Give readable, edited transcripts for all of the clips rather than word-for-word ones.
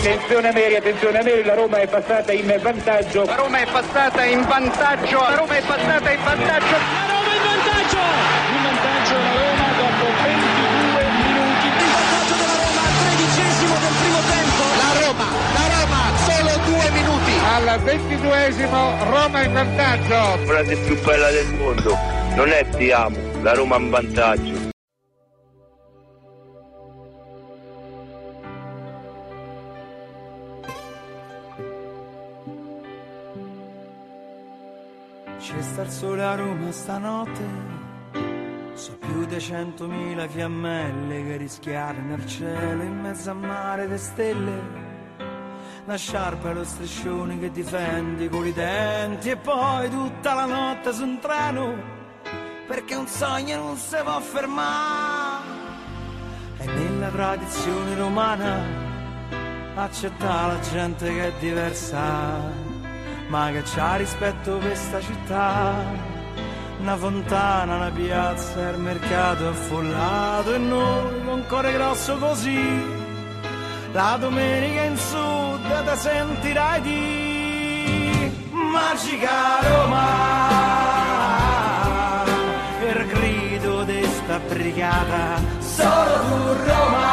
Attenzione Ameri, la Roma è passata in vantaggio. La Roma è passata in vantaggio. La Roma in vantaggio. In vantaggio la Roma dopo 22 minuti. In vantaggio della Roma al 13° del primo tempo. La Roma, solo 2 minuti. Al 22esimo Roma in vantaggio. La frase più bella del mondo non è ti amo, la Roma in vantaggio. C'è sta il sole a Roma stanotte, so più di 100.000 fiammelle che rischiare nel cielo in mezzo a mare di stelle. Una sciarpa e lo striscione che difendi con i denti, e poi tutta la notte su un treno, perché un sogno non si può fermare. E nella tradizione romana accettare la gente che è diversa, ma che c'ha rispetto per sta città. Una fontana, una piazza, il mercato affollato, e noi con cuore grosso così la domenica in sud te sentirai di Magica Roma, il grido di sta brigata, solo tu Roma,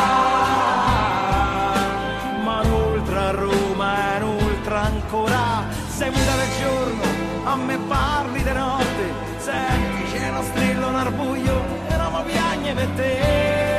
ma un'ultra Roma è un'ultra ancora. Sei muta del giorno, a me parli di notte, senti c'è uno strillo nel buio e Roma piagne per te.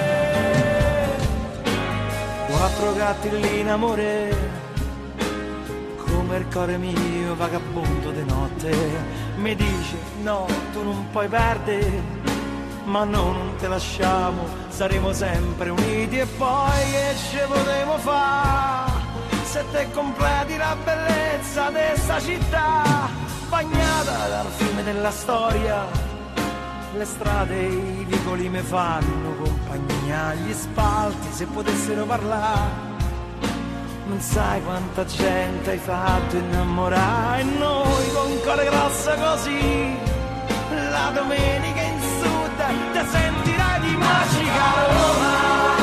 4 gatti lì in amore, come il cuore mio vagabondo di notte, mi dice no, tu non puoi perdere, ma no, non te lasciamo, saremo sempre uniti. E poi che ci potremo fare se te completi la bellezza di sta città, bagnata dal fiume della storia. Le strade e i vicoli mi fanno compagnia, gli spalti se potessero parlare. Non sai quanta gente hai fatto innamorare, e noi con cuore grosso così la domenica in sud te sentirai di Magica Roma,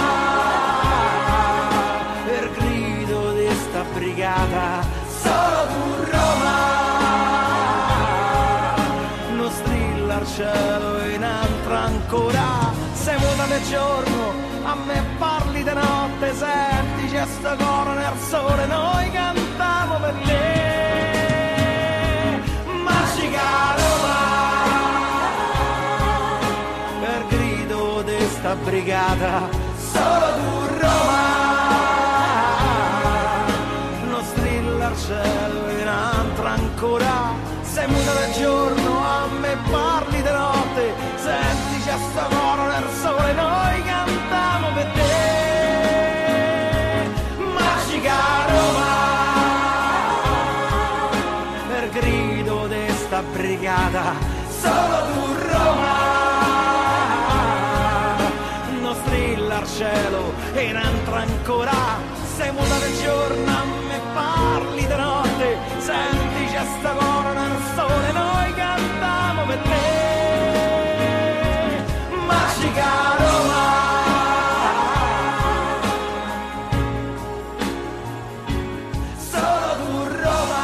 per grido di sta brigata, solo tu Roma, non strilla al cielo e un'altra ancora. Sei muta nel giorno, a me parli di notte, senti c'è sto coro nel sole, noi cantiamo per te. Magica Roma, per grido di sta brigata, solo tu Roma, non strilla al cielo e un'altra ancora. Sei muta del giorno, a me parli di notte, senti c'è sto coro nel sole, noi cantiamo per te. Magica Roma, per grido di sta brigata, solo tu Roma, non strilla al cielo e un'altra ancora. Sei muta del giorno, a me parli di notte, senti c'è sta coro nel sole, noi cantiamo per te. Magica Roma, solo tu Roma.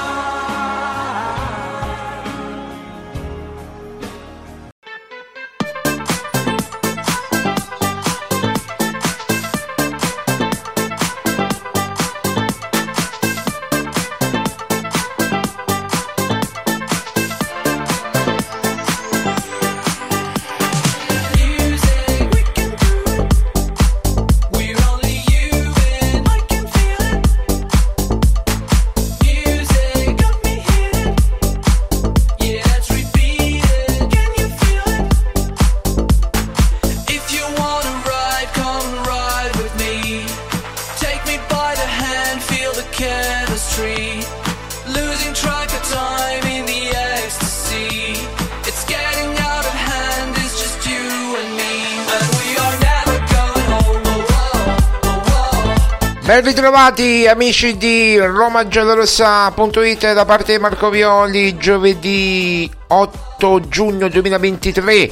Ben ritrovati amici di RomaGiallorossa.it da parte di Marco Violi. Giovedì 8 giugno 2023,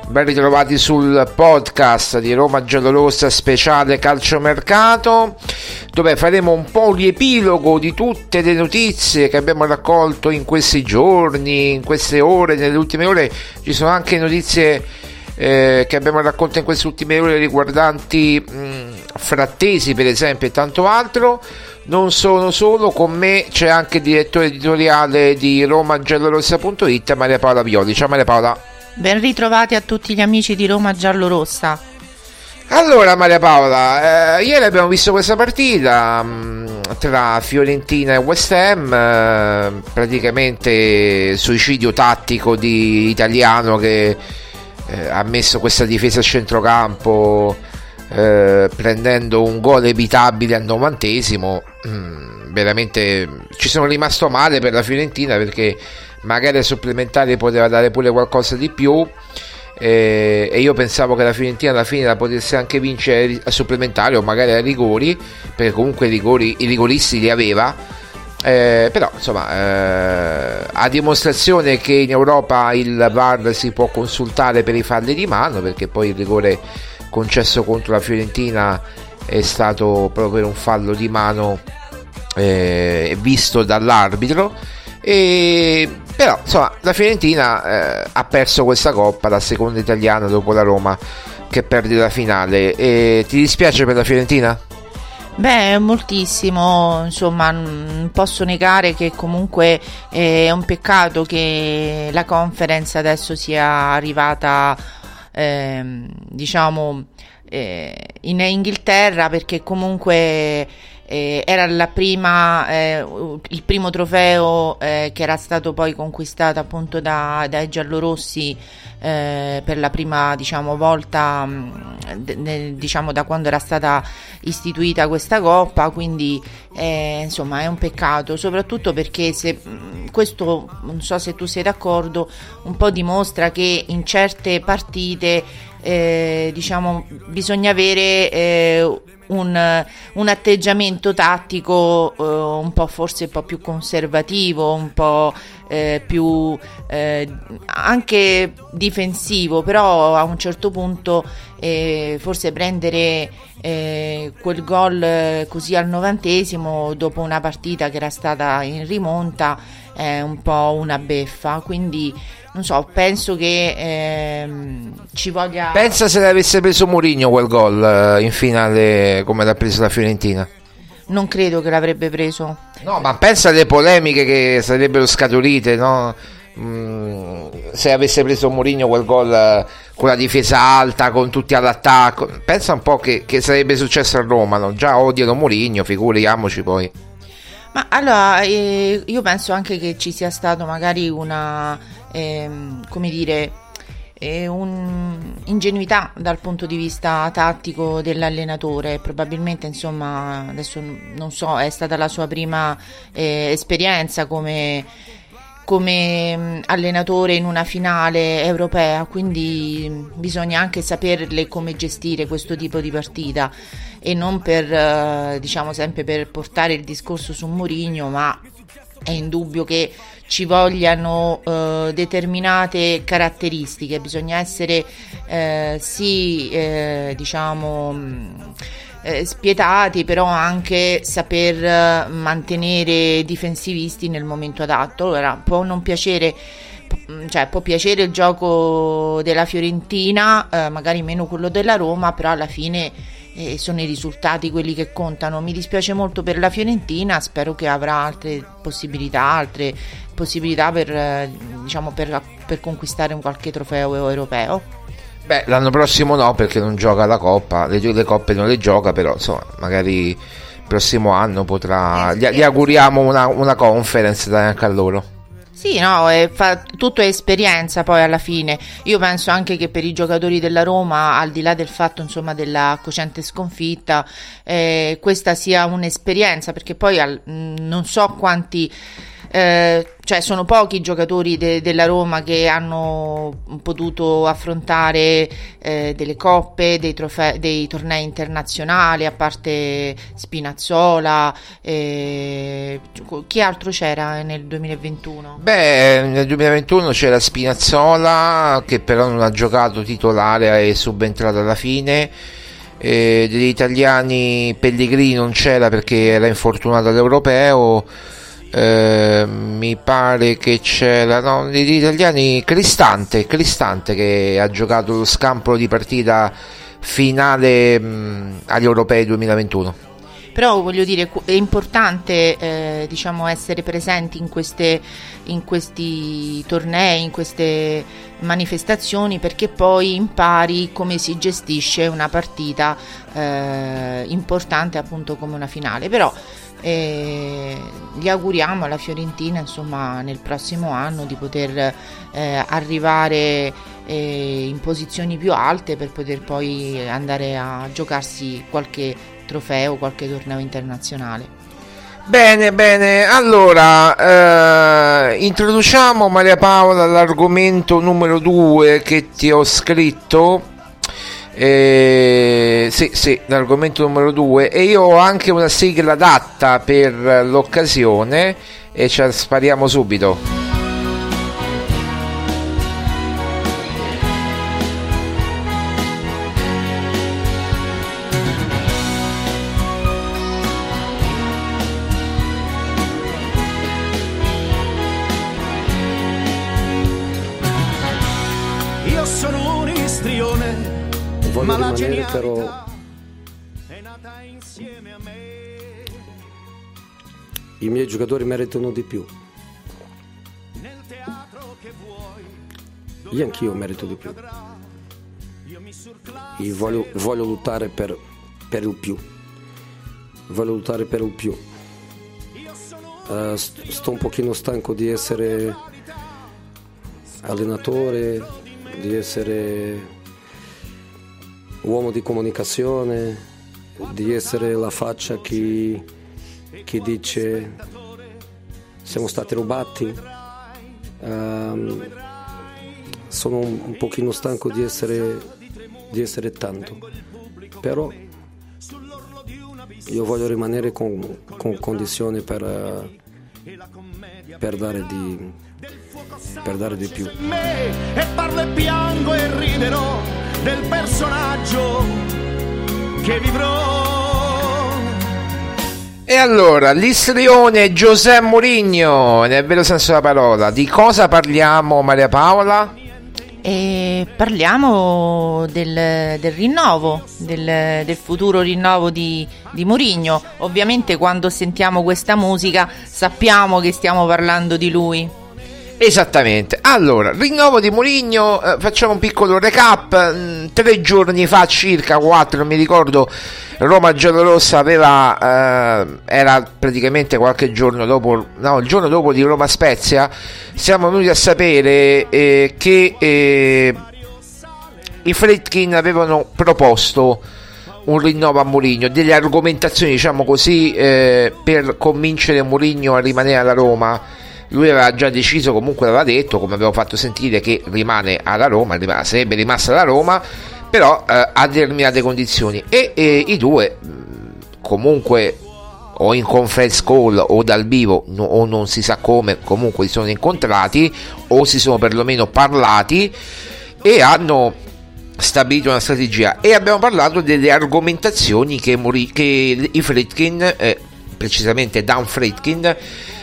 Ben ritrovati sul podcast di Roma Giallorossa speciale calciomercato, dove faremo un po' un riepilogo di tutte le notizie che abbiamo raccolto in questi giorni, in queste ore, nelle ultime ore. Ci sono anche notizie che abbiamo raccolto in queste ultime ore riguardanti Frattesi, per esempio, e tanto altro. Non sono solo, con me c'è anche il direttore editoriale di romagiallorossa.it, Maria Paola Violi. Ciao Maria Paola. Ben ritrovati a tutti gli amici di Roma Giallorossa. Allora Maria Paola, ieri abbiamo visto questa partita tra Fiorentina e West Ham, praticamente suicidio tattico di Italiano che ha messo questa difesa a centrocampo, prendendo un gol evitabile al 90esimo. Veramente ci sono rimasto male per la Fiorentina, perché magari ai supplementari poteva dare pure qualcosa di più, e io pensavo che la Fiorentina alla fine la potesse anche vincere a supplementari o magari ai rigori, perché comunque i rigoristi li aveva, però insomma, a dimostrazione che in Europa il VAR si può consultare per i falli di mano, perché poi il rigore concesso contro la Fiorentina è stato proprio per un fallo di mano visto dall'arbitro. Però insomma la Fiorentina ha perso questa coppa, la seconda italiana dopo la Roma che perde la finale. Ti dispiace per la Fiorentina? Beh, moltissimo, insomma, non posso negare che comunque è un peccato che la Conference adesso sia arrivata in Inghilterra, perché comunque era il primo trofeo che era stato poi conquistato appunto dai giallorossi per la prima volta da quando era stata istituita questa coppa, quindi insomma è un peccato, soprattutto perché questo, non so se tu sei d'accordo, un po' dimostra che in certe partite bisogna avere un atteggiamento tattico un po', forse un po' più conservativo, un po' più anche difensivo, però a un certo punto forse prendere quel gol così al 90esimo dopo una partita che era stata in rimonta è un po' una beffa, quindi non so, penso che ci voglia... Pensa se l'avesse preso Mourinho quel gol in finale come l'ha preso la Fiorentina. Non credo che l'avrebbe preso. No, ma pensa alle polemiche che sarebbero scaturite, no? Se avesse preso Mourinho quel gol con la difesa alta, con tutti all'attacco. Pensa un po' che sarebbe successo a Roma, no? Già odiano Mourinho, figuriamoci poi. Ma allora, io penso anche che ci sia stato magari una... ingenuità dal punto di vista tattico dell'allenatore. Probabilmente, insomma, adesso non so, è stata la sua prima esperienza come allenatore in una finale europea, quindi bisogna anche saperle come gestire questo tipo di partita, e non per sempre per portare il discorso su Mourinho, ma è indubbio che ci vogliano determinate caratteristiche, bisogna essere spietati, però anche saper mantenere difensivisti nel momento adatto. Allora, può non piacere, può piacere il gioco della Fiorentina, magari meno quello della Roma, però alla fine sono i risultati quelli che contano. Mi dispiace molto per la Fiorentina, spero che avrà altre possibilità per conquistare un qualche trofeo europeo. Beh, l'anno prossimo no, perché non gioca la Coppa, le coppe non le gioca, però insomma magari il prossimo anno potrà, gli auguriamo una conference anche a loro. Sì, no, tutto è esperienza poi alla fine. Io penso anche che per i giocatori della Roma, al di là del fatto insomma della cocente sconfitta, questa sia un'esperienza, perché poi non so quanti cioè sono pochi i giocatori della Roma che hanno potuto affrontare delle coppe, dei tornei internazionali, a parte Spinazzola. Chi altro c'era nel 2021? Beh, nel 2021 c'era Spinazzola, che però non ha giocato titolare, è subentrato alla fine. Degli italiani Pellegrini non c'era perché era infortunato all'Europeo. Mi pare che c'era degli italiani Cristante che ha giocato lo scampolo di partita finale agli Europei 2021. Però voglio dire, è importante diciamo essere presenti in questi tornei, in queste manifestazioni, perché poi impari come si gestisce una partita importante, appunto come una finale. Però gli auguriamo alla Fiorentina, insomma, nel prossimo anno di poter arrivare in posizioni più alte per poter poi andare a giocarsi qualche trofeo, qualche torneo internazionale. Bene, allora introduciamo, Maria Paola, l'argomento numero 2 che ti ho scritto. Sì, l'argomento numero 2, e io ho anche una sigla adatta per l'occasione e ci spariamo subito. Io sono un istrione, voglio ma la rimanere però è nata insieme a me. i miei giocatori meritano di più. Nel teatro che vuoi, Io anch'io merito di più. Io voglio lottare per il più. Voglio lottare per il più. Sto un pochino stanco di essere allenatore, di essere uomo di comunicazione, di essere la faccia che dice siamo stati rubati. Sono un pochino stanco di essere tanto, però io voglio rimanere con condizioni per dare di più. E parlo e piango e riderò del personaggio che vivrò. E allora, l'istrione José Mourinho, nel vero senso della parola. Di cosa parliamo, Maria Paola? Parliamo del rinnovo, del futuro rinnovo di Mourinho. Ovviamente quando sentiamo questa musica sappiamo che stiamo parlando di lui. Esattamente. Allora, rinnovo di Mourinho, facciamo un piccolo recap. 3 giorni fa, circa 4, non mi ricordo, Roma giallorossa era praticamente qualche giorno dopo, no, il giorno dopo di Roma Spezia. Siamo venuti a sapere che i Friedkin avevano proposto un rinnovo a Mourinho, delle argomentazioni, diciamo così, per convincere Mourinho a rimanere alla Roma. Lui aveva già deciso, comunque aveva detto, come abbiamo fatto sentire, che rimane alla Roma, sarebbe rimasta alla Roma, però a determinate condizioni. E i due comunque o in conference call o dal vivo o non si sa come, comunque si sono incontrati o si sono perlomeno parlati e hanno stabilito una strategia. E abbiamo parlato delle argomentazioni che i Friedkin, precisamente Dan Friedkin,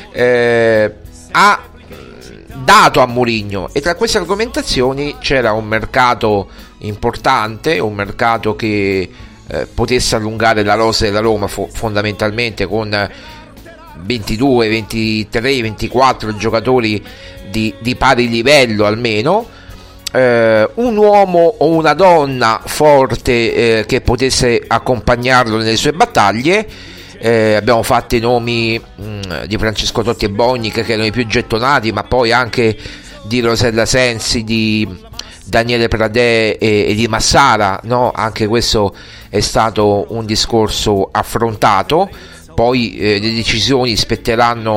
ha dato a Mourinho. E tra queste argomentazioni c'era un mercato importante, un mercato che potesse allungare la rosa della Roma, fondamentalmente con 22, 23, 24 giocatori di pari livello almeno, un uomo o una donna forte che potesse accompagnarlo nelle sue battaglie. Abbiamo fatto i nomi di Francesco Totti e Bognic, che erano i più gettonati, ma poi anche di Rosella Sensi, di Daniele Pradè e di Massara, no? Anche questo è stato un discorso affrontato. Poi le decisioni spetteranno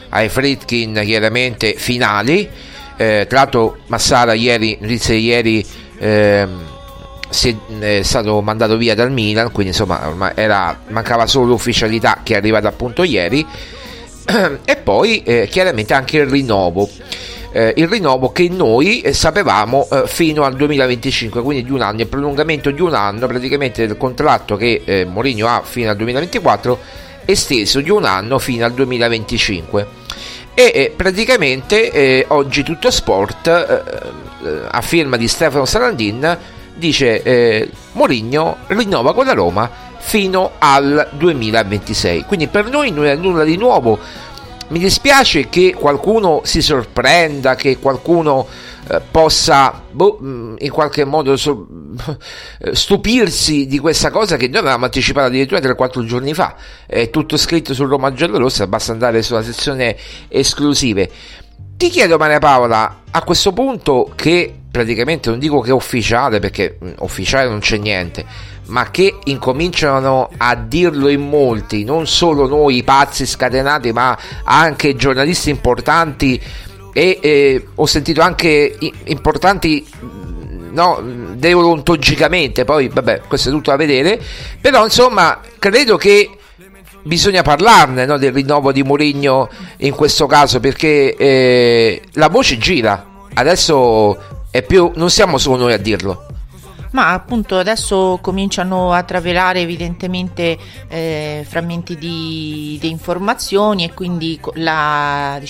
ai Friedkin chiaramente finali. Tra l'altro Massara ieri è stato mandato via dal Milan, quindi insomma ormai mancava solo l'ufficialità, che è arrivata appunto ieri. E poi chiaramente anche il rinnovo che noi sapevamo fino al 2025, quindi di un anno, il prolungamento di un anno praticamente del contratto che Mourinho ha fino al 2024, esteso di un anno fino al 2025. E praticamente oggi Tutto Sport, a firma di Stefano Sarandin, dice Mourinho rinnova con la Roma fino al 2026. Quindi per noi non è nulla di nuovo. Mi dispiace che qualcuno si sorprenda, che qualcuno possa in qualche modo stupirsi di questa cosa che noi avevamo anticipato addirittura 3-4 giorni fa. È tutto scritto su Roma Giallorossa, basta andare sulla sezione esclusive. Ti chiedo, Maria Paola, a questo punto, che praticamente non dico che è ufficiale, perché ufficiale non c'è niente, ma che incominciano a dirlo in molti, non solo noi pazzi scatenati, ma anche giornalisti importanti, e ho sentito anche importanti deontologicamente, poi vabbè, questo è tutto da vedere, però insomma credo che bisogna parlarne, no, del rinnovo di Mourinho in questo caso, perché la voce gira, adesso non siamo solo noi a dirlo. Ma appunto adesso cominciano a travelare evidentemente frammenti di informazioni, e quindi la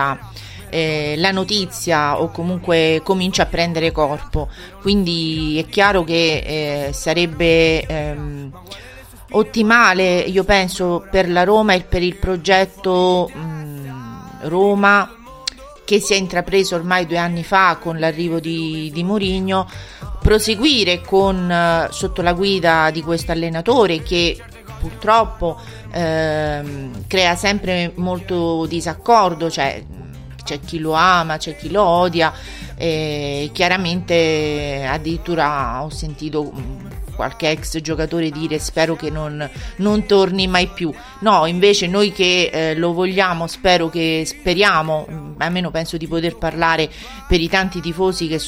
notizia o comunque comincia a prendere corpo, quindi è chiaro che sarebbe ottimale, io penso, per la Roma e per il progetto Roma, che si è intrapreso ormai 2 anni fa con l'arrivo di Mourinho, proseguire sotto la guida di questo allenatore che purtroppo crea sempre molto disaccordo, cioè c'è chi lo ama, c'è chi lo odia, e chiaramente addirittura ho sentito qualche ex giocatore dire spero che non torni mai più. No, invece noi che lo vogliamo, speriamo, almeno penso di poter parlare per i tanti tifosi che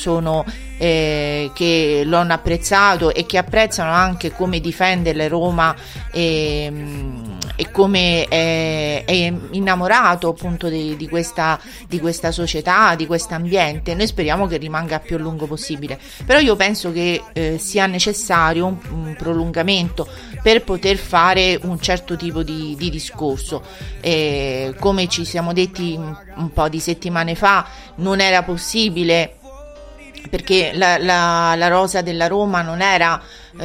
che lo hanno apprezzato e che apprezzano anche come difende la Roma e come è innamorato appunto di questa società, di questo ambiente. Noi speriamo che rimanga più a lungo possibile, però io penso che sia necessario un prolungamento per poter fare un certo tipo di discorso. Come ci siamo detti un po' di settimane fa, non era possibile, perché la rosa della Roma non era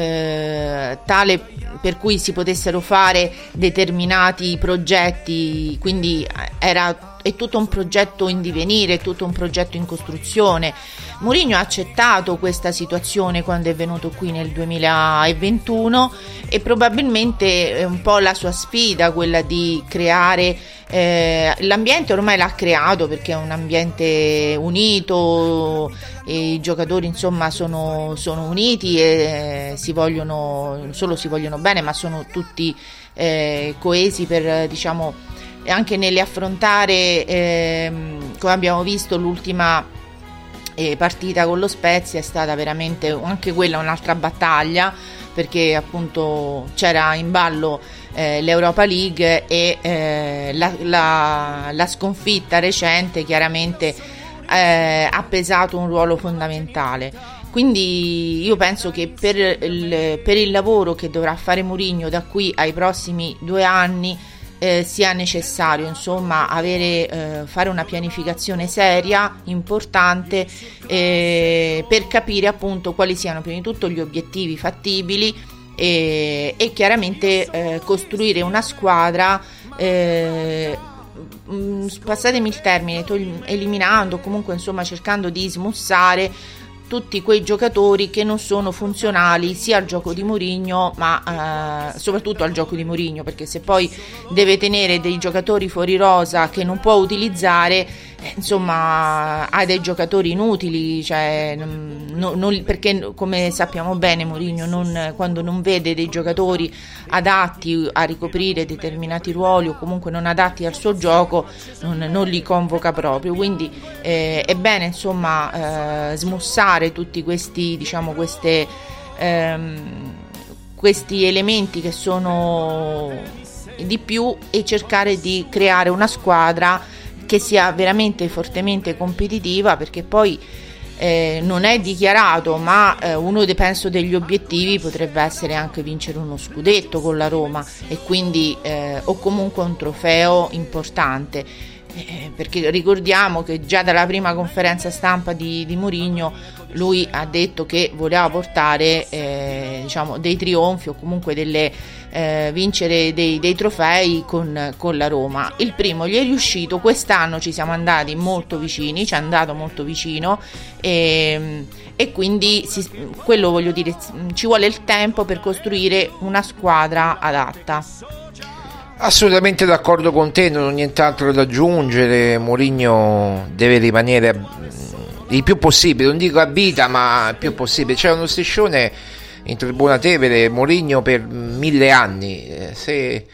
tale per cui si potessero fare determinati progetti, quindi è tutto un progetto in divenire, è tutto un progetto in costruzione. Mourinho ha accettato questa situazione quando è venuto qui nel 2021 e probabilmente è un po' la sua sfida quella di creare l'ambiente. Ormai l'ha creato, perché è un ambiente unito e i giocatori insomma sono uniti e non solo si vogliono bene, ma sono tutti coesi per, diciamo, anche nell'affrontare, come abbiamo visto l'ultima partita con lo Spezia è stata veramente anche quella un'altra battaglia, perché appunto c'era in ballo l'Europa League e la sconfitta recente chiaramente ha pesato un ruolo fondamentale. Quindi io penso che per il lavoro che dovrà fare Mourinho da qui ai prossimi 2 anni sia necessario insomma fare una pianificazione seria, importante, per capire appunto quali siano prima di tutto gli obiettivi fattibili e chiaramente costruire una squadra, passatemi il termine, eliminando, comunque insomma cercando di smussare tutti quei giocatori che non sono funzionali sia al gioco di Mourinho, ma soprattutto al gioco di Mourinho, perché se poi deve tenere dei giocatori fuori rosa che non può utilizzare, insomma ha dei giocatori inutili, cioè, perché come sappiamo bene Mourinho quando non vede dei giocatori adatti a ricoprire determinati ruoli o comunque non adatti al suo gioco non li convoca proprio, quindi è bene insomma smussare tutti questi, diciamo, questi elementi che sono di più e cercare di creare una squadra che sia veramente fortemente competitiva, perché poi non è dichiarato, ma uno degli obiettivi potrebbe essere anche vincere uno scudetto con la Roma e quindi o comunque un trofeo importante, perché ricordiamo che già dalla prima conferenza stampa di Mourinho lui ha detto che voleva portare diciamo dei trionfi o comunque vincere dei trofei con la Roma. Il primo gli è riuscito, quest'anno ci siamo andati molto vicini, ci è andato molto vicino e quindi quello voglio dire, ci vuole il tempo per costruire una squadra adatta. Assolutamente d'accordo con te, non ho nient'altro da aggiungere. Mourinho deve rimanere il più possibile, non dico a vita, ma il più possibile. C'è uno striscione in Tribuna Tevere, Mourinho per 1000 anni. Se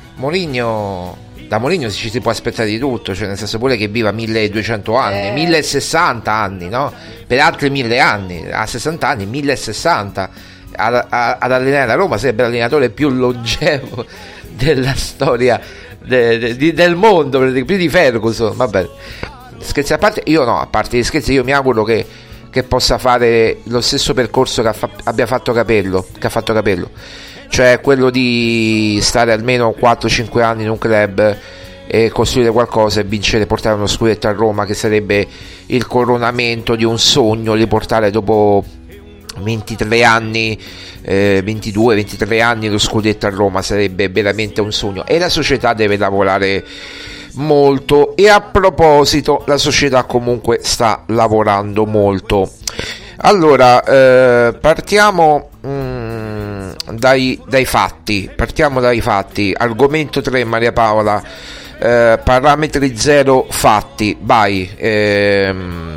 da Mourinho ci si può aspettare di tutto, cioè nel senso pure che viva 1200 anni, 1060 anni, no? Per altri 1000 anni, a 60 anni 1060 ad allenare la Roma, sarebbe l'allenatore più longevo della storia del mondo, più di Ferguson. Vabbè, scherzi a parte, a parte gli scherzi, io mi auguro che possa fare lo stesso percorso che ha fatto Capello, cioè quello di stare almeno 4-5 anni in un club e costruire qualcosa e vincere, portare uno scudetto a Roma, che sarebbe il coronamento di un sogno, riportare dopo 23 anni 22-23 anni lo scudetto a Roma sarebbe veramente un sogno, e la società deve lavorare molto. E a proposito, la società comunque sta lavorando molto. Allora partiamo dai fatti. Argomento 3, Maria Paola, parametri 0 fatti, vai.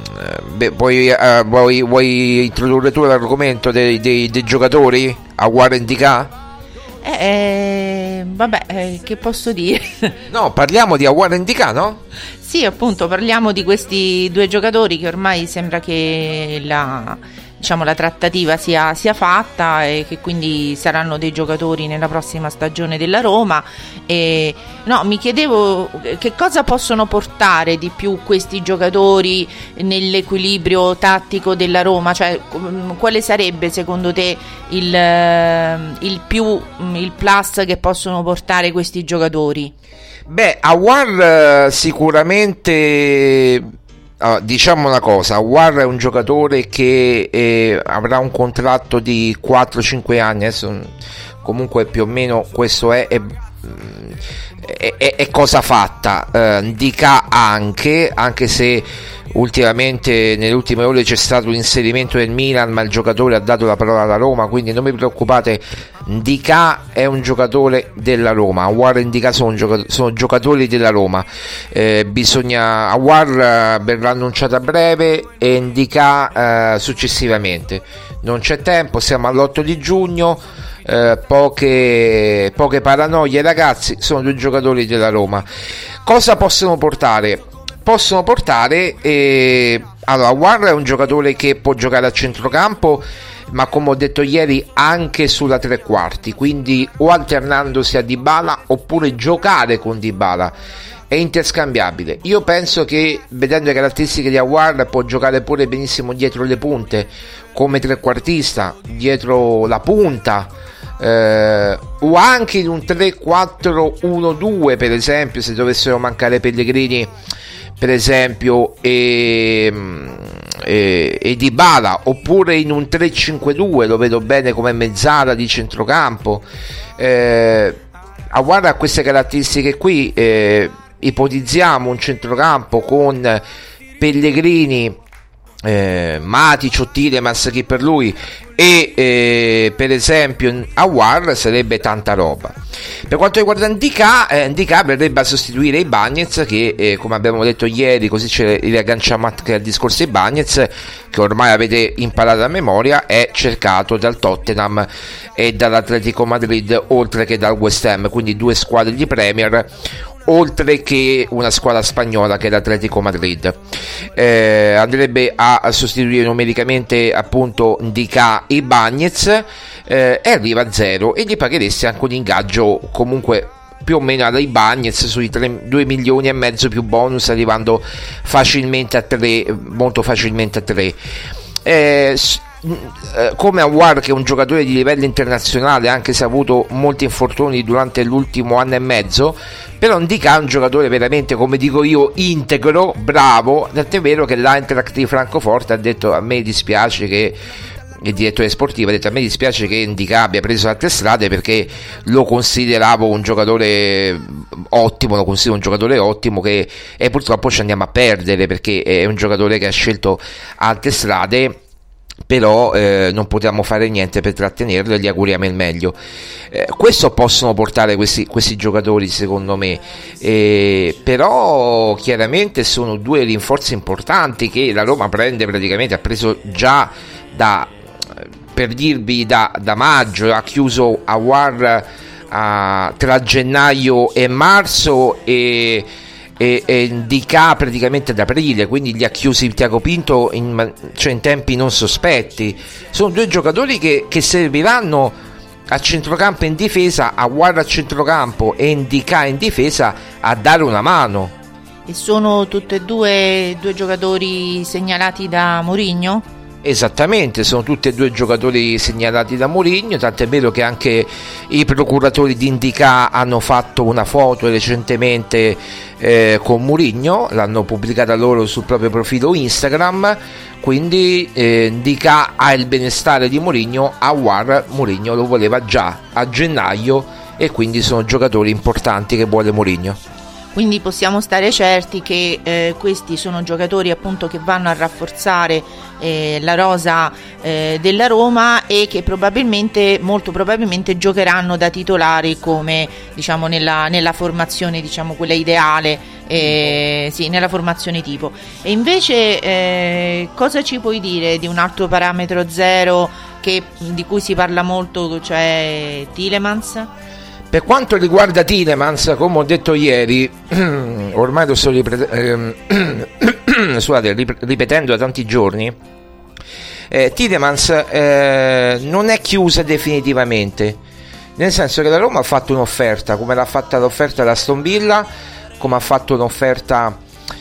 Vuoi introdurre tu l'argomento dei giocatori a Awar-Ndicka? Che posso dire? No, parliamo di Awar-Ndicka, no? Sì, appunto, parliamo di questi due giocatori che ormai sembra che la trattativa sia fatta e che quindi saranno dei giocatori nella prossima stagione della Roma. E mi chiedevo che cosa possono portare di più questi giocatori nell'equilibrio tattico della Roma, cioè quale sarebbe secondo te il plus che possono portare questi giocatori? Beh, Awar sicuramente, diciamo una cosa, Awar è un giocatore che avrà un contratto di 4-5 anni, adesso comunque più o meno questo è cosa fatta. Ndicka anche se ultimamente nelle ultime ore c'è stato un inserimento del Milan, ma il giocatore ha dato la parola alla Roma, quindi non vi preoccupate, Ndicka è un giocatore della Roma, Awar e Ndicka sono giocatori della Roma. Awar verrà annunciato a breve e Ndicka successivamente. Non c'è tempo, siamo all'8 di giugno. Poche paranoie, ragazzi, sono due giocatori della Roma. Cosa possono portare? Allora, Awar è un giocatore che può giocare a centrocampo, ma come ho detto ieri anche sulla tre quarti, quindi o alternandosi a Dybala oppure giocare con Dybala, è interscambiabile. Io penso che, vedendo le caratteristiche di Awar, può giocare pure benissimo dietro le punte come trequartista, dietro la punta, o anche in un 3-4-1-2, per esempio, se dovessero mancare Pellegrini per esempio e Dybala, oppure in un 3-5-2 lo vedo bene come mezzala di centrocampo. Awar ha queste caratteristiche qui. Ipotizziamo un centrocampo con Pellegrini Matic o Tielemans che per lui e per esempio Aouar sarebbe tanta roba. Per quanto riguarda Ndicà verrebbe a sostituire i Bagnez che come abbiamo detto ieri, così ce li agganciamo anche al discorso di Bagnez, che ormai avete imparato a memoria, è cercato dal Tottenham e dall'Atletico Madrid oltre che dal West Ham, quindi 2 squadre di Premier oltre che una squadra spagnola che è l'Atletico Madrid. Andrebbe a sostituire numericamente appunto Ndicà e Bagnez, e arriva a 0 e gli pagheresti anche un ingaggio comunque più o meno alla Ibañez sui 2 milioni e mezzo più bonus, arrivando facilmente a 3, molto facilmente a 3. Come Aouar, che è un giocatore di livello internazionale anche se ha avuto molti infortuni durante l'ultimo anno e mezzo, però Ndicà è un giocatore veramente, come dico io, integro, bravo, tant'è vero che l'Eintracht di Francoforte ha detto: a me dispiace che il direttore sportivo ha detto: a me dispiace che Ndicà abbia preso altre strade, perché lo consideravo un giocatore ottimo, lo considero un giocatore ottimo che e purtroppo ci andiamo a perdere perché è un giocatore che ha scelto altre strade, però non potevamo fare niente per trattenerlo e gli auguriamo il meglio. Questo possono portare questi giocatori secondo me, però chiaramente sono 2 rinforzi importanti che la Roma prende, praticamente ha preso già per dirvi da maggio, ha chiuso Aouar tra gennaio e marzo e Ndicà praticamente ad aprile, quindi li ha chiusi Tiago Pinto in tempi non sospetti. Sono 2 giocatori che serviranno a centrocampo e in difesa, Aouar a centrocampo e Ndicà in difesa, a dare una mano. E sono tutti e due giocatori segnalati da Mourinho? Esattamente, sono tutti e 2 giocatori segnalati da Mourinho, tant'è vero che anche i procuratori di Ndicà hanno fatto una foto recentemente con Mourinho, l'hanno pubblicata loro sul proprio profilo Instagram, quindi Ndicà ha il benestare di Mourinho, Aouar Mourinho lo voleva già a gennaio e quindi sono giocatori importanti che vuole Mourinho. Quindi possiamo stare certi che questi sono giocatori appunto che vanno a rafforzare la rosa della Roma e che molto probabilmente giocheranno da titolari, come diciamo nella formazione, diciamo quella ideale, sì, nella formazione tipo. E invece cosa ci puoi dire di un altro parametro zero di cui si parla molto, cioè Tielemans? Per quanto riguarda Tielemans, come ho detto ieri, ormai lo sto ripetendo da tanti giorni, Tielemans non è chiusa definitivamente, nel senso che la Roma ha fatto un'offerta, come l'ha fatta l'offerta da Aston Villa, come ha fatto un'offerta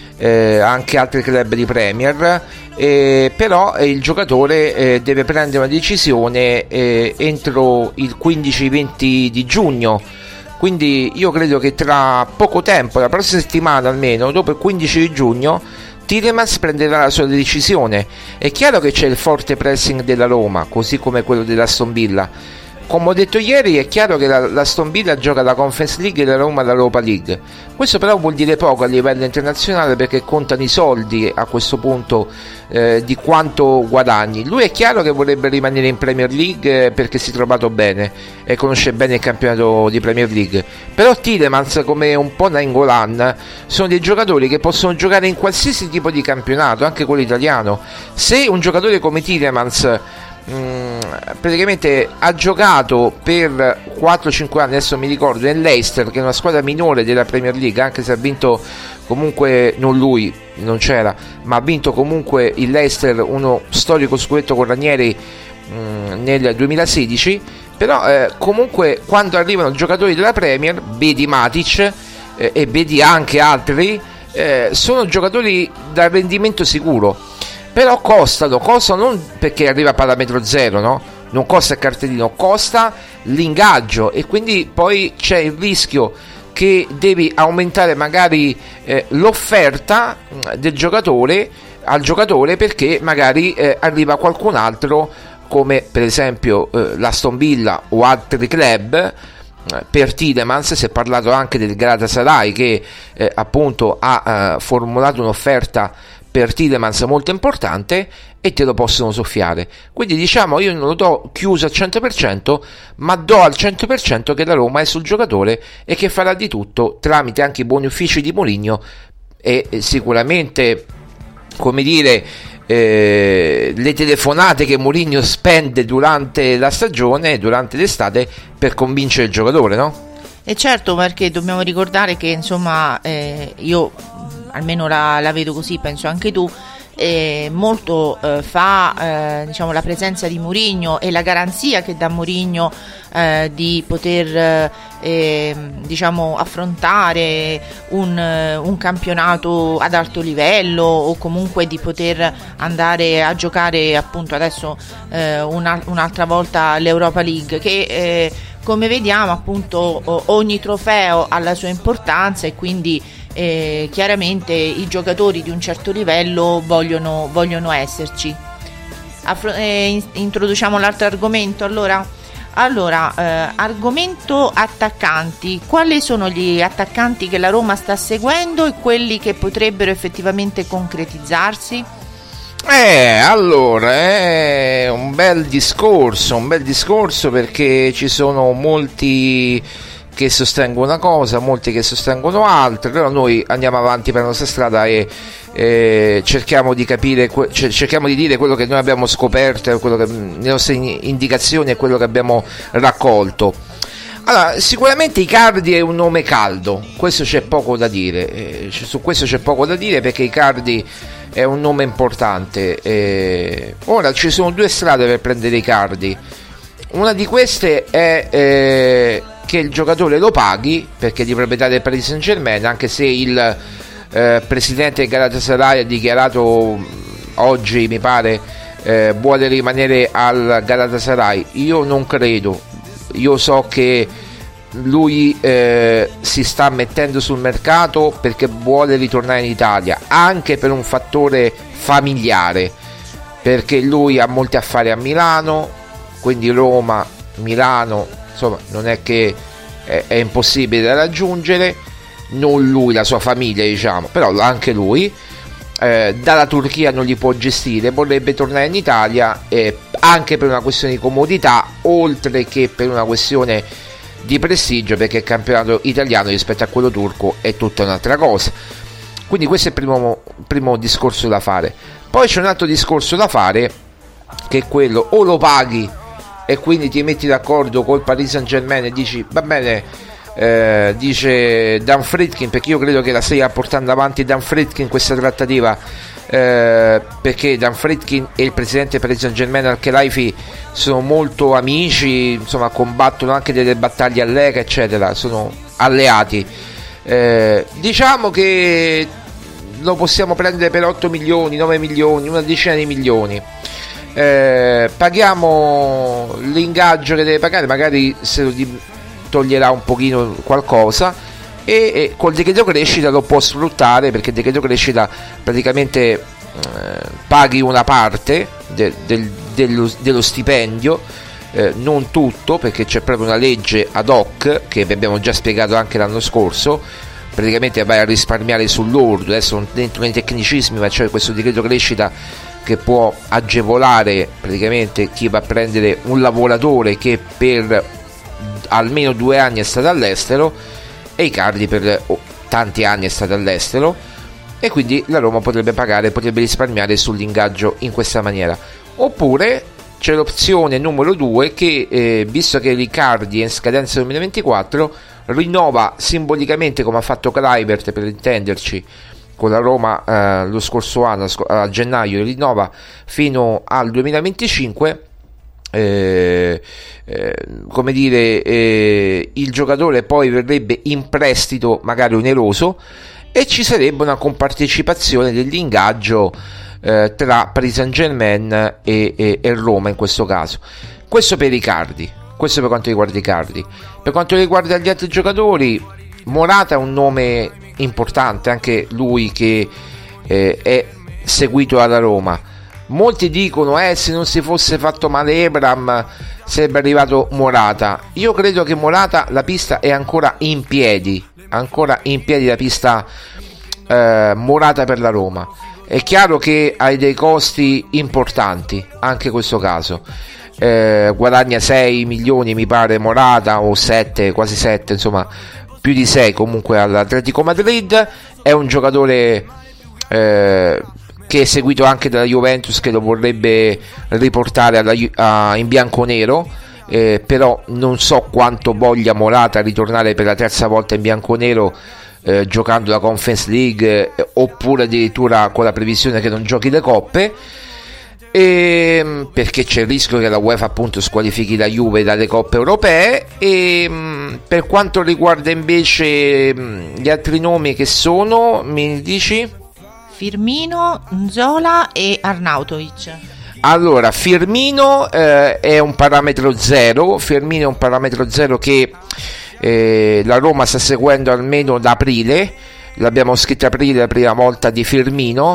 anche altri club di Premier, però il giocatore deve prendere una decisione entro il 15-20 di giugno, quindi io credo che tra poco tempo, la prossima settimana almeno, dopo il 15 di giugno, Tielemans prenderà la sua decisione. È chiaro che c'è il forte pressing della Roma, così come quello dell'Aston Villa. Come ho detto ieri, è chiaro che l'Aston Villa gioca la Conference League e la Roma l'Europa League. Questo però vuol dire poco a livello internazionale, perché contano i soldi a questo punto di quanto guadagni. Lui è chiaro che vorrebbe rimanere in Premier League perché si è trovato bene e conosce bene il campionato di Premier League. Però Tielemans, come un po' Nainggolan, sono dei giocatori che possono giocare in qualsiasi tipo di campionato, anche quello italiano. Se un giocatore come Tielemans praticamente ha giocato per 4-5 anni, adesso mi ricordo, nell'Leicester, che è una squadra minore della Premier League, anche se ha vinto comunque, non lui, non c'era, ma ha vinto comunque il Leicester uno storico scudetto con Ranieri nel 2016, però comunque quando arrivano giocatori della Premier, vedi Matic e vedi anche altri, sono giocatori da rendimento sicuro. Però costano non perché arriva a parametro zero, no? Non costa il cartellino, costa l'ingaggio, e quindi poi c'è il rischio che devi aumentare magari l'offerta del giocatore al giocatore, perché magari arriva qualcun altro, come per esempio l'Aston Villa o altri club. Per Tielemans si è parlato anche del Galatasaray, che appunto ha formulato un'offerta per Tielemans molto importante e te lo possono soffiare. Quindi diciamo, io non lo do chiuso al 100%, ma do al 100% che la Roma è sul giocatore e che farà di tutto tramite anche i buoni uffici di Mourinho e sicuramente, come dire, le telefonate che Mourinho spende durante la stagione, durante l'estate, per convincere il giocatore, no? E certo, perché dobbiamo ricordare che insomma io almeno la vedo così, penso anche tu, molto fa diciamo la presenza di Mourinho e la garanzia che dà Mourinho di poter diciamo affrontare un campionato ad alto livello, o comunque di poter andare a giocare appunto adesso un'altra volta l'Europa League, che come vediamo appunto ogni trofeo ha la sua importanza e quindi chiaramente i giocatori di un certo livello vogliono esserci. Introduciamo l'altro argomento allora, argomento attaccanti. Quali sono gli attaccanti che la Roma sta seguendo e quelli che potrebbero effettivamente concretizzarsi? Allora è un bel discorso perché ci sono molti che sostengono una cosa, molti che sostengono altre, però noi andiamo avanti per la nostra strada e cerchiamo di capire, cerchiamo di dire quello che noi abbiamo scoperto, quello che, le nostre indicazioni e quello che abbiamo raccolto. Allora, sicuramente Icardi è un nome caldo, questo c'è poco da dire, su questo c'è poco da dire perché Icardi è un nome importante. Ora ci sono due strade per prendere Icardi. Una di queste è che il giocatore lo paghi, perché è di proprietà del Paris Saint-Germain, anche se il presidente del Galatasaray ha dichiarato oggi, mi pare, vuole rimanere al Galatasaray. Io non credo, io so che lui si sta mettendo sul mercato perché vuole ritornare in Italia, anche per un fattore familiare, perché lui ha molti affari a Milano, quindi Roma, Milano, insomma non è che è impossibile da raggiungere, non lui, la sua famiglia diciamo, però anche lui dalla Turchia non li può gestire, vorrebbe tornare in Italia anche per una questione di comodità, oltre che per una questione di prestigio, perché il campionato italiano rispetto a quello turco è tutta un'altra cosa. Quindi questo è il primo discorso da fare. Poi c'è un altro discorso da fare, che è quello: o lo paghi e quindi ti metti d'accordo col Paris Saint-Germain e dici va bene, dice Dan Friedkin, perché io credo che la stia portando avanti Dan Friedkin questa trattativa, perché Dan Friedkin e il presidente del Paris Saint-Germain Al-Khelaifi sono molto amici, insomma combattono anche delle battaglie all'ECA eccetera, sono alleati. Diciamo che lo possiamo prendere per 8 milioni, 9 milioni, una decina di milioni. Paghiamo l'ingaggio che deve pagare, magari se lo toglierà un pochino qualcosa, e col decreto crescita lo può sfruttare, perché il decreto crescita praticamente paghi una parte dello stipendio, non tutto, perché c'è proprio una legge ad hoc che vi abbiamo già spiegato anche l'anno scorso. Praticamente vai a risparmiare sull'ordo, adesso non entro nei tecnicismi, ma c'è questo decreto crescita che può agevolare praticamente chi va a prendere un lavoratore che per almeno 2 anni è stato all'estero, e Icardi per tanti anni è stato all'estero, e quindi la Roma potrebbe risparmiare sull'ingaggio in questa maniera. Oppure c'è l'opzione numero 2 che visto che Icardi è in scadenza 2024, rinnova simbolicamente, come ha fatto Kluivert per intenderci con la Roma lo scorso anno, a gennaio, rinnova fino al 2025. Come dire, il giocatore poi verrebbe in prestito magari oneroso e ci sarebbe una compartecipazione dell'ingaggio tra Paris Saint-Germain e Roma in questo caso. Questo per Icardi, questo per quanto riguarda Icardi. Per quanto riguarda gli altri giocatori, Morata è un nome importante, anche lui che è seguito dalla Roma. Molti dicono se non si fosse fatto male Ebram sarebbe arrivato Morata. Io credo che Morata, la pista è ancora in piedi la pista Morata per la Roma, è chiaro che hai dei costi importanti anche in questo caso. Guadagna 6 milioni mi pare Morata, o 7, quasi 7, insomma più di 6 comunque all'Atletico Madrid. È un giocatore che è seguito anche dalla Juventus, che lo vorrebbe riportare in bianconero, però non so quanto voglia Morata ritornare per la terza volta in bianconero, giocando la Conference League, oppure addirittura con la previsione che non giochi le coppe, perché c'è il rischio che la UEFA appunto squalifichi la Juve dalle coppe europee. Per quanto riguarda invece gli altri nomi, che sono, mi dici? Firmino, Nzola e Arnautovic. Allora, Firmino è un parametro zero. Firmino è un parametro zero che la Roma sta seguendo almeno da aprile. L'abbiamo scritto aprile, la prima volta di Firmino.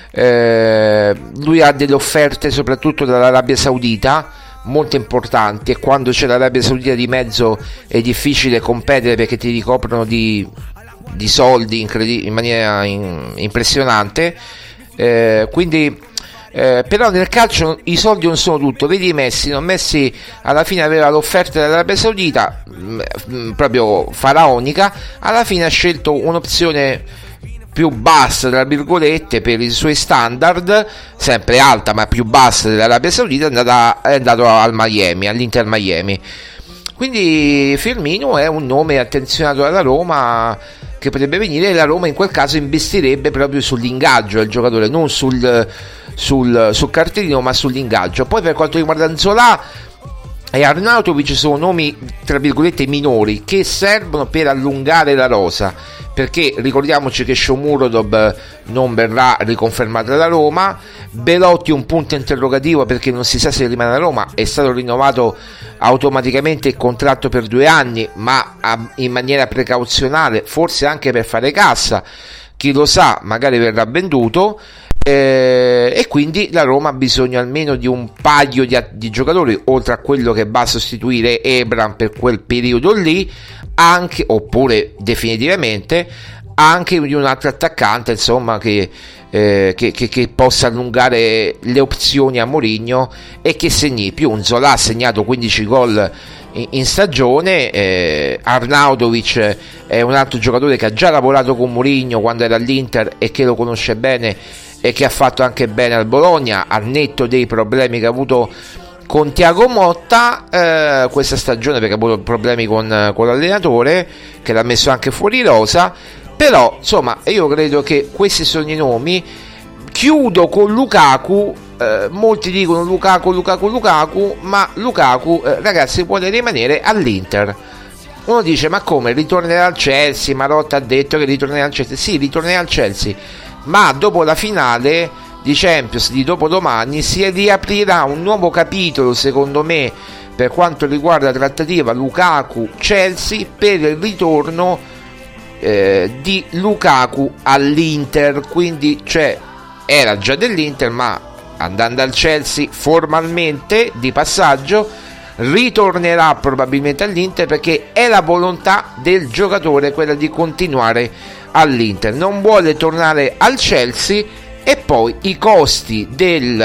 Lui ha delle offerte soprattutto dall'Arabia Saudita molto importanti, e quando c'è l'Arabia Saudita di mezzo è difficile competere, perché ti ricoprono di soldi in maniera impressionante. Quindi però nel calcio i soldi non sono tutto. Vedi Messi, no? Messi alla fine aveva l'offerta dell'Arabia Saudita proprio faraonica, alla fine ha scelto un'opzione più bassa tra virgolette per i suoi standard, sempre alta ma più bassa dell'Arabia Saudita, è andato al Miami, all'Inter Miami. Quindi Firmino è un nome attenzionato dalla Roma, che potrebbe venire, e la Roma in quel caso investirebbe proprio sull'ingaggio del giocatore, non sul cartellino, ma sull'ingaggio. Poi per quanto riguarda Nzola e Arnautovic, sono nomi tra virgolette minori che servono per allungare la rosa, perché ricordiamoci che Shomurodov non verrà riconfermato dalla Roma. Belotti un punto interrogativo, perché non si sa se rimane a Roma. È stato rinnovato automaticamente il contratto per 2 anni, ma in maniera precauzionale, forse anche per fare cassa, chi lo sa, magari verrà venduto. E quindi la Roma ha bisogno almeno di un paio di giocatori, oltre a quello che va a sostituire Ebram per quel periodo lì, anche, oppure definitivamente anche di un altro attaccante, insomma, che possa allungare le opzioni a Mourinho e che segni più. Nzola ha segnato 15 gol in stagione. Arnautovic è un altro giocatore che ha già lavorato con Mourinho quando era all'Inter e che lo conosce bene, e che ha fatto anche bene al Bologna, al netto dei problemi che ha avuto con Thiago Motta questa stagione, perché ha avuto problemi con l'allenatore, che l'ha messo anche fuori rosa. Però insomma io credo che questi sono i nomi. Chiudo con Lukaku. Molti dicono Lukaku, ma Lukaku ragazzi vuole rimanere all'Inter. Uno dice: ma come, ritornerà al Chelsea? Marotta ha detto che ritornerà al Chelsea. Sì, ritornerà al Chelsea, ma dopo la finale di Champions di dopodomani si riaprirà un nuovo capitolo, secondo me, per quanto riguarda la trattativa Lukaku-Chelsea, per il ritorno di Lukaku all'Inter. Quindi era già dell'Inter, ma andando al Chelsea formalmente di passaggio ritornerà probabilmente all'Inter, perché è la volontà del giocatore quella di continuare all'Inter, non vuole tornare al Chelsea. E poi i costi di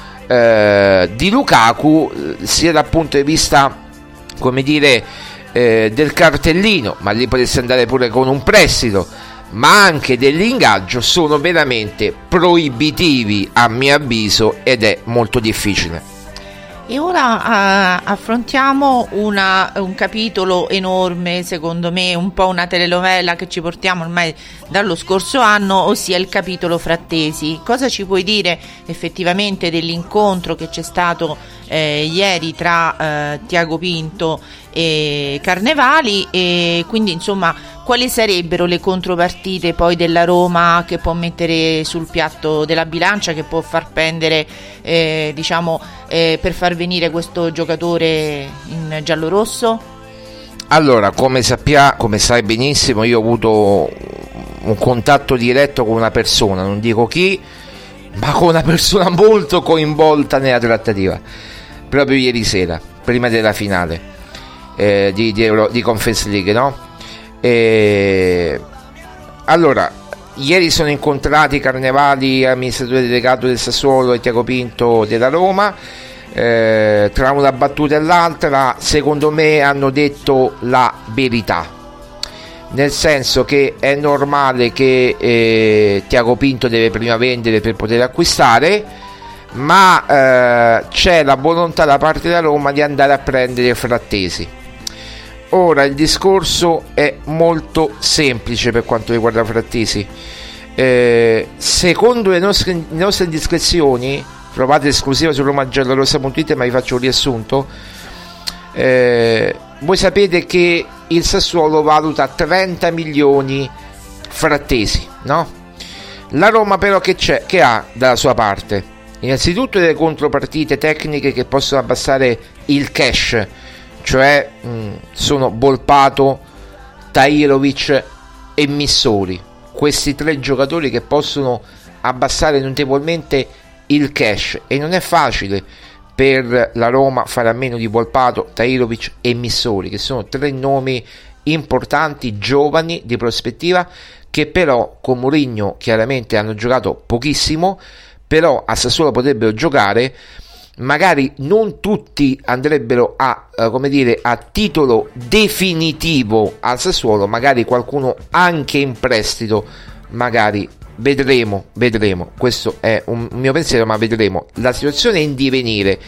Lukaku, sia dal punto di vista, come dire, del cartellino, ma lì potresti andare pure con un prestito, ma anche dell'ingaggio, sono veramente proibitivi a mio avviso, ed è molto difficile. E ora affrontiamo un capitolo enorme, secondo me, un po' una telenovela che ci portiamo ormai dallo scorso anno, ossia il capitolo Frattesi. Cosa ci puoi dire effettivamente dell'incontro che c'è stato ieri tra Tiago Pinto e Carnevali, e quindi insomma quali sarebbero le contropartite poi della Roma che può mettere sul piatto della bilancia, che può far pendere per far venire questo giocatore in giallorosso? Allora, come sai benissimo, io ho avuto un contatto diretto con una persona, non dico chi, ma con una persona molto coinvolta nella trattativa, proprio ieri sera, prima della finale di Conference League, no? Allora, Ieri sono incontrati Carnevali, amministratore delegato del Sassuolo, e Tiago Pinto della Roma. Tra una battuta e l'altra, secondo me, hanno detto la verità, nel senso che è normale che Tiago Pinto deve prima vendere per poter acquistare, ma c'è la volontà da parte della Roma di andare a prendere Frattesi. Ora il discorso è molto semplice per quanto riguarda Frattesi. Secondo le nostre indiscrezioni, trovate esclusiva su romagiallorossa.it, ma vi faccio un riassunto. Voi sapete che il Sassuolo valuta 30 milioni Frattesi, no? La Roma però che ha dalla sua parte? Innanzitutto delle contropartite tecniche che possono abbassare il cash, cioè sono Volpato, Tahirovic e Missoli, questi 3 giocatori che possono abbassare notevolmente il cash, e non è facile per la Roma fare a meno di Volpato, Tahirovic e Missoli, che sono 3 nomi importanti, giovani, di prospettiva, che però con Mourinho chiaramente hanno giocato pochissimo, però a Sassuolo potrebbero giocare. Magari non tutti andrebbero a titolo definitivo al Sassuolo, magari qualcuno anche in prestito, magari vedremo, questo è un mio pensiero, ma vedremo. La situazione è in divenire.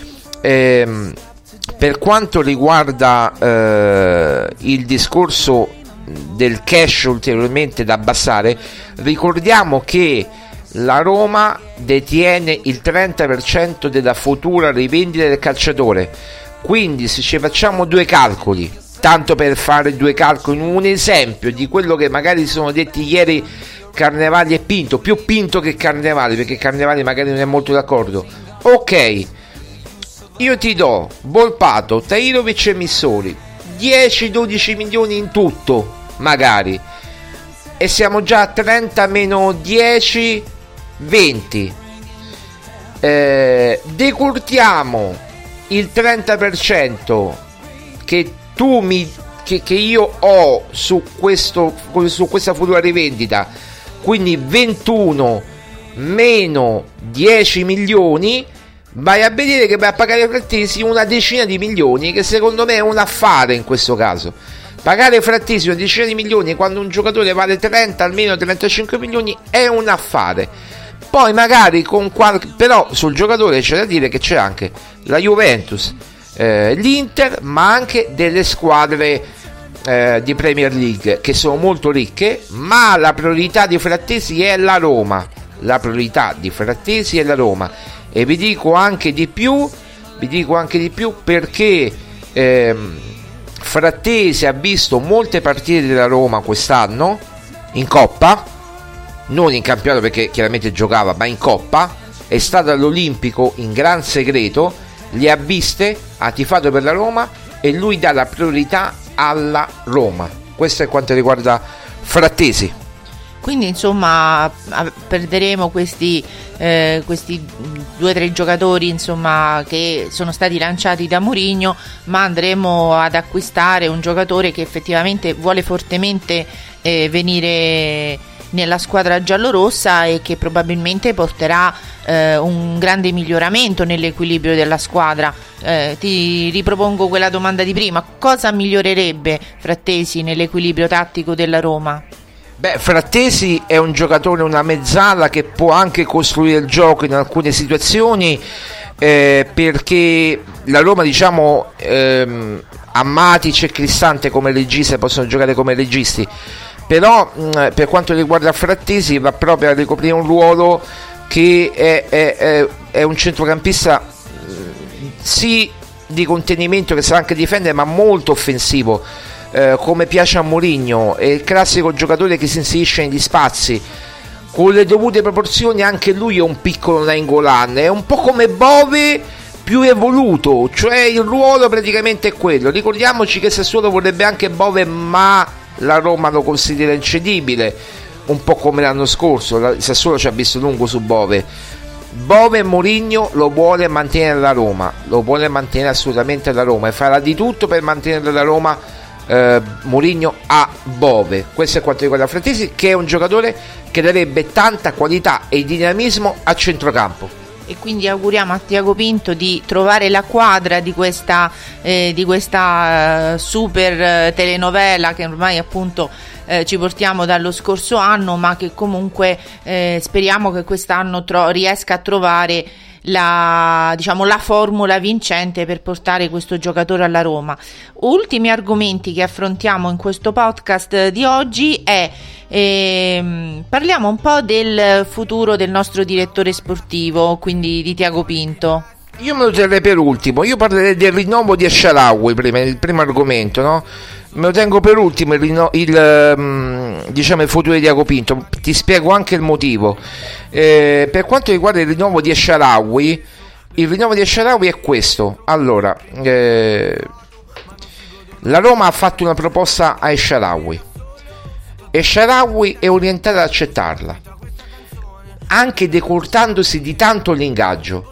Per quanto riguarda il discorso del cash ulteriormente da abbassare, ricordiamo che la Roma detiene il 30% della futura rivendita del calciatore, quindi se ci facciamo 2 calcoli, tanto per fare 2 calcoli, un esempio di quello che magari sono detti ieri Carnevali e Pinto, più Pinto che Carnevali, perché Carnevali magari non è molto d'accordo. Ok, io ti do Volpato, Tahirovic e Missoli, 10-12 milioni in tutto magari, e siamo già a 30 meno 10, 20. Decurtiamo il 30% che io ho su questa futura rivendita, quindi 21 meno 10 milioni, vai a vedere che vai a pagare Frattesi una decina di milioni, che secondo me è un affare in questo caso. Pagare Frattesi una decina di milioni quando un giocatore vale 30, almeno 35 milioni, è un affare. Poi magari però sul giocatore c'è da dire che c'è anche la Juventus, l'Inter, ma anche delle squadre di Premier League che sono molto ricche, ma la priorità di Frattesi è la Roma. E vi dico anche di più perché Frattesi ha visto molte partite della Roma quest'anno in Coppa, non in campionato perché chiaramente giocava, ma in Coppa. È stato all'Olimpico in gran segreto, le ha viste, ha tifato per la Roma, e lui dà la priorità alla Roma. Questo è quanto riguarda Frattesi. Quindi insomma perderemo questi 2-3 giocatori insomma che sono stati lanciati da Mourinho, ma andremo ad acquistare un giocatore che effettivamente vuole fortemente venire nella squadra giallorossa e che probabilmente porterà un grande miglioramento nell'equilibrio della squadra. Ti ripropongo quella domanda di prima: cosa migliorerebbe Frattesi nell'equilibrio tattico della Roma? Frattesi è un giocatore, una mezzala che può anche costruire il gioco in alcune situazioni, perché la Roma, diciamo, a Matic e Cristante come regista possono giocare come registi, però per quanto riguarda Frattesi va proprio a ricoprire un ruolo che è un centrocampista sì di contenimento, che sa anche difendere, ma molto offensivo, come piace a Mourinho. È il classico giocatore che si inserisce negli spazi con le dovute proporzioni. Anche lui è un piccolo Nainggolan, è un po' come Bove più evoluto, cioè il ruolo praticamente è quello. Ricordiamoci che Sassuolo vorrebbe anche Bove, ma la Roma lo considera incedibile, un po' come l'anno scorso. Il Sassuolo ci ha visto lungo su Bove. Mourinho lo vuole mantenere alla Roma, lo vuole mantenere assolutamente alla Roma, e farà di tutto per mantenere la Roma Mourinho a Bove. Questo è quanto riguarda Frattesi, che è un giocatore che darebbe tanta qualità e dinamismo a centrocampo. E quindi auguriamo a Tiago Pinto di trovare la quadra di questa super telenovela che ormai appunto ci portiamo dallo scorso anno, ma che comunque speriamo che quest'anno riesca a trovare la formula vincente per portare questo giocatore alla Roma. Ultimi argomenti che affrontiamo in questo podcast di oggi parliamo un po' del futuro del nostro direttore sportivo, quindi di Tiago Pinto. Io me lo terrei per ultimo. Io parlerei del rinnovo di El-Shaarawy prima, il primo argomento, no? Me lo tengo per ultimo il futuro di Tiago Pinto. Ti spiego anche il motivo. Per quanto riguarda il rinnovo di El-Shaarawy, è questo. Allora, la Roma ha fatto una proposta a El-Shaarawy. El-Shaarawy è orientato ad accettarla, anche decurtandosi di tanto l'ingaggio.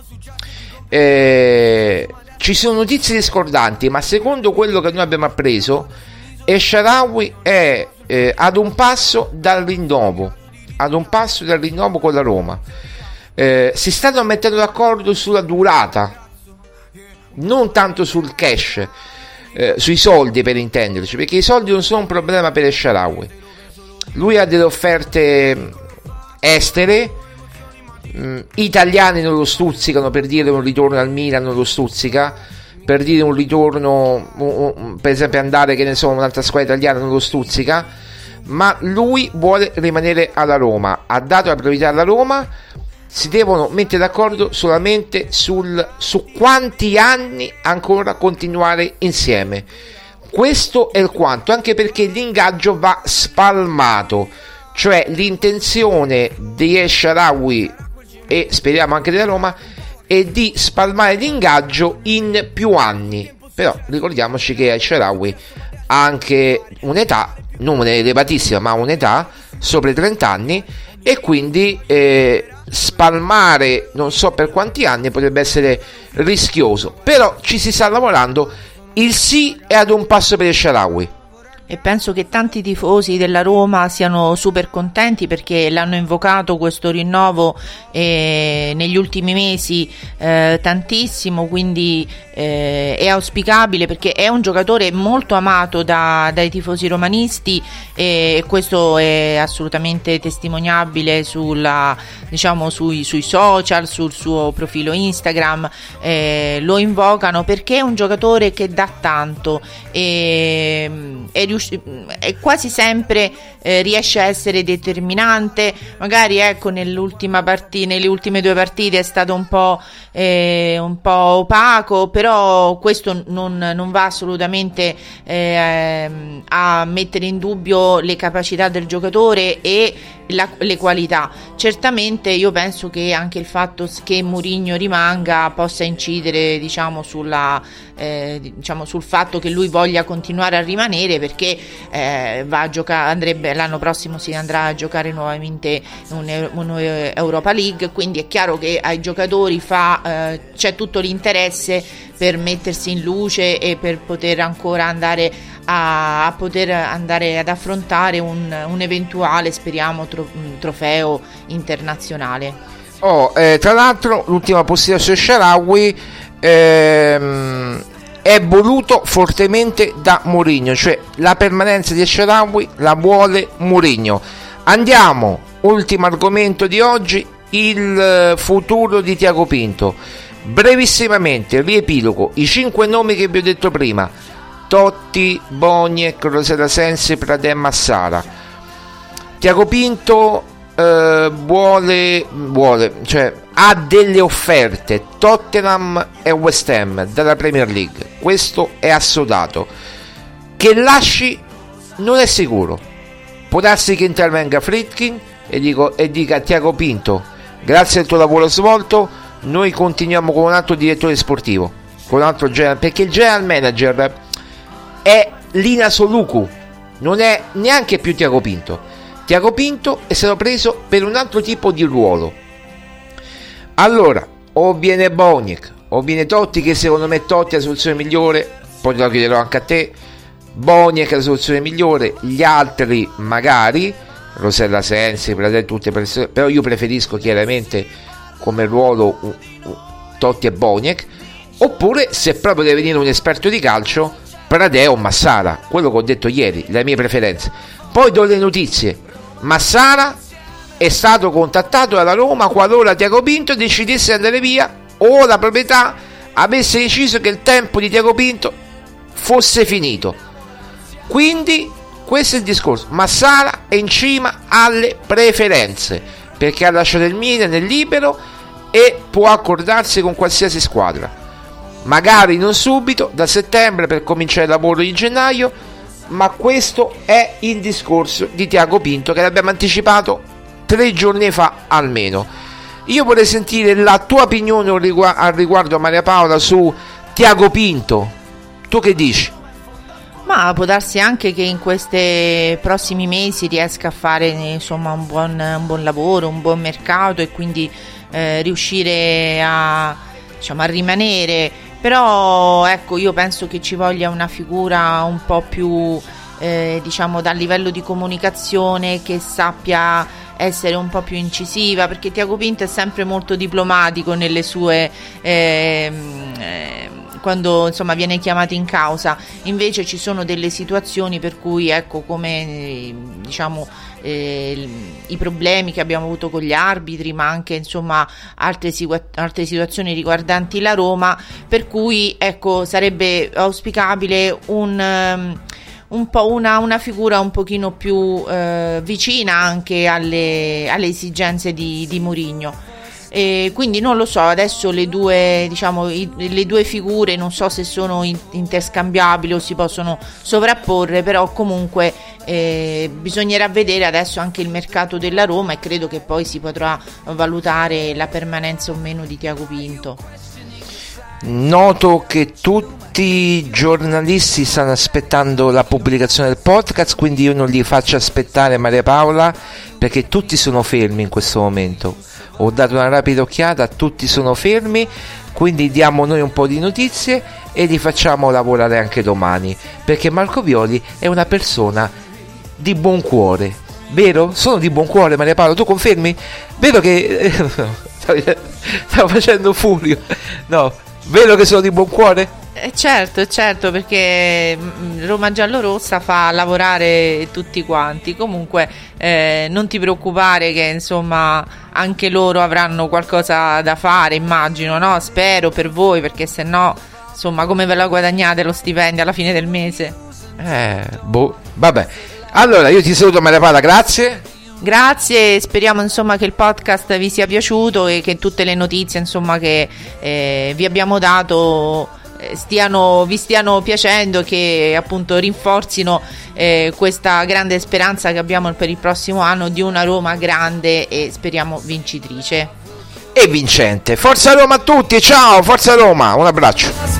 Ci sono notizie discordanti, ma secondo quello che noi abbiamo appreso, El-Shaarawy è ad un passo dal rinnovo con la Roma. Si stanno mettendo d'accordo sulla durata, non tanto sul cash, sui soldi, per intenderci, perché i soldi non sono un problema per El-Shaarawy. Lui ha delle offerte estere, italiani non lo stuzzicano, per dire un ritorno al Milan non lo stuzzica, per dire un ritorno, per esempio andare, che ne so, un'altra squadra italiana non lo stuzzica, ma lui vuole rimanere alla Roma, ha dato la priorità alla Roma. Si devono mettere d'accordo solamente su quanti anni ancora continuare insieme. Questo è il quanto, anche perché l'ingaggio va spalmato, cioè l'intenzione di El-Shaarawy, e speriamo anche della Roma, è di spalmare l'ingaggio in più anni. Però ricordiamoci che El-Shaarawy ha anche un'età, non elevatissima, ma un'età sopra i 30 anni, e quindi spalmare non so per quanti anni potrebbe essere rischioso. Però ci si sta lavorando. Il sì è ad un passo per El-Shaarawy. E penso che tanti tifosi della Roma siano super contenti, perché l'hanno invocato questo rinnovo negli ultimi mesi tantissimo, quindi è auspicabile, perché è un giocatore molto amato dai tifosi romanisti, e questo è assolutamente testimoniabile sui social, sul suo profilo Instagram. Lo invocano perché è un giocatore che dà tanto, e quasi sempre riesce a essere determinante. Magari nelle ultime 2 partite è stato un po' opaco, però questo non va assolutamente a mettere in dubbio le capacità del giocatore e le qualità. Certamente io penso che anche il fatto che Mourinho rimanga possa incidere sul fatto che lui voglia continuare a rimanere, perché va a giocare, l'anno prossimo si andrà a giocare nuovamente un'Europa League, quindi è chiaro che ai giocatori c'è tutto l'interesse per mettersi in luce e per poter ancora andare ad affrontare un eventuale, speriamo, trofeo internazionale. Tra l'altro l'ultima possibilità su El-Shaarawy è voluto fortemente da Mourinho, cioè la permanenza di El-Shaarawy la vuole Mourinho. Andiamo, ultimo argomento di oggi, il futuro di Tiago Pinto. Brevissimamente riepilogo i 5 nomi che vi ho detto prima: Totti, Boniek, Rosella Sensi, Pradè, Massara. Tiago Pinto vuole, cioè ha delle offerte, Tottenham e West Ham dalla Premier League, questo è assodato. Che lasci non è sicuro, può darsi che intervenga Friedkin e dica a Tiago Pinto: grazie al tuo lavoro svolto, noi continuiamo con un altro direttore sportivo, con un altro general, perché il general manager è Lina Soluku, non è neanche più Tiago Pinto. Tiago Pinto è stato preso per un altro tipo di ruolo. Allora, o viene Boniek o viene Totti, che secondo me Totti è la soluzione migliore, poi te lo chiederò anche a te. Boniek è la soluzione migliore, gli altri magari, Rosella Sensi, tutte persone, però io preferisco chiaramente come ruolo Totti e Boniek, oppure se proprio deve venire un esperto di calcio, Pradè o Massara, quello che ho detto ieri, le mie preferenze. Poi do le notizie: Massara è stato contattato dalla Roma qualora Tiago Pinto decidesse di andare via o la proprietà avesse deciso che il tempo di Tiago Pinto fosse finito. Quindi questo è il discorso. Massara è in cima alle preferenze perché ha lasciato il Milan nel libero e può accordarsi con qualsiasi squadra, magari non subito, da settembre per cominciare il lavoro di gennaio, ma questo è il discorso di Tiago Pinto che l'abbiamo anticipato 3 giorni fa almeno. Io vorrei sentire la tua opinione al riguardo, Maria Paola, su Tiago Pinto. Tu che dici? Ma può darsi anche che in questi prossimi mesi riesca a fare insomma un buon lavoro, un buon mercato e quindi riuscire a rimanere. Però ecco, io penso che ci voglia una figura un po' più dal livello di comunicazione, che sappia essere un po' più incisiva, perché Tiago Pinto è sempre molto diplomatico nelle sue quando insomma viene chiamato in causa. Invece ci sono delle situazioni per cui, ecco, come i problemi che abbiamo avuto con gli arbitri, ma anche insomma altre situazioni riguardanti la Roma, per cui ecco sarebbe auspicabile un po' una figura un pochino più vicina anche alle esigenze di Mourinho. E quindi non lo so, adesso le due figure non so se sono interscambiabili o si possono sovrapporre, però comunque bisognerà vedere adesso anche il mercato della Roma e credo che poi si potrà valutare la permanenza o meno di Tiago Pinto. Noto che tutti i giornalisti stanno aspettando la pubblicazione del podcast, quindi io non li faccio aspettare, Maria Paola, perché tutti sono fermi in questo momento. Ho dato una rapida occhiata, tutti sono fermi, quindi diamo noi un po' di notizie e li facciamo lavorare anche domani, perché Marco Violi è una persona di buon cuore, vero? Sono di buon cuore, Maria Paola, tu confermi? Vedo che stavo facendo furio, no, vero che sono di buon cuore? Certo, perché Roma Giallorossa fa lavorare tutti quanti. Comunque non ti preoccupare che insomma anche loro avranno qualcosa da fare, immagino, no? Spero per voi, perché se no insomma come ve la guadagnate lo stipendio alla fine del mese? Vabbè. Allora io ti saluto, Maria Paola, grazie, speriamo insomma che il podcast vi sia piaciuto e che tutte le notizie insomma che vi abbiamo dato vi stiano piacendo, che appunto rinforzino questa grande speranza che abbiamo per il prossimo anno di una Roma grande e speriamo vincitrice e vincente. Forza Roma a tutti, ciao, forza Roma, un abbraccio.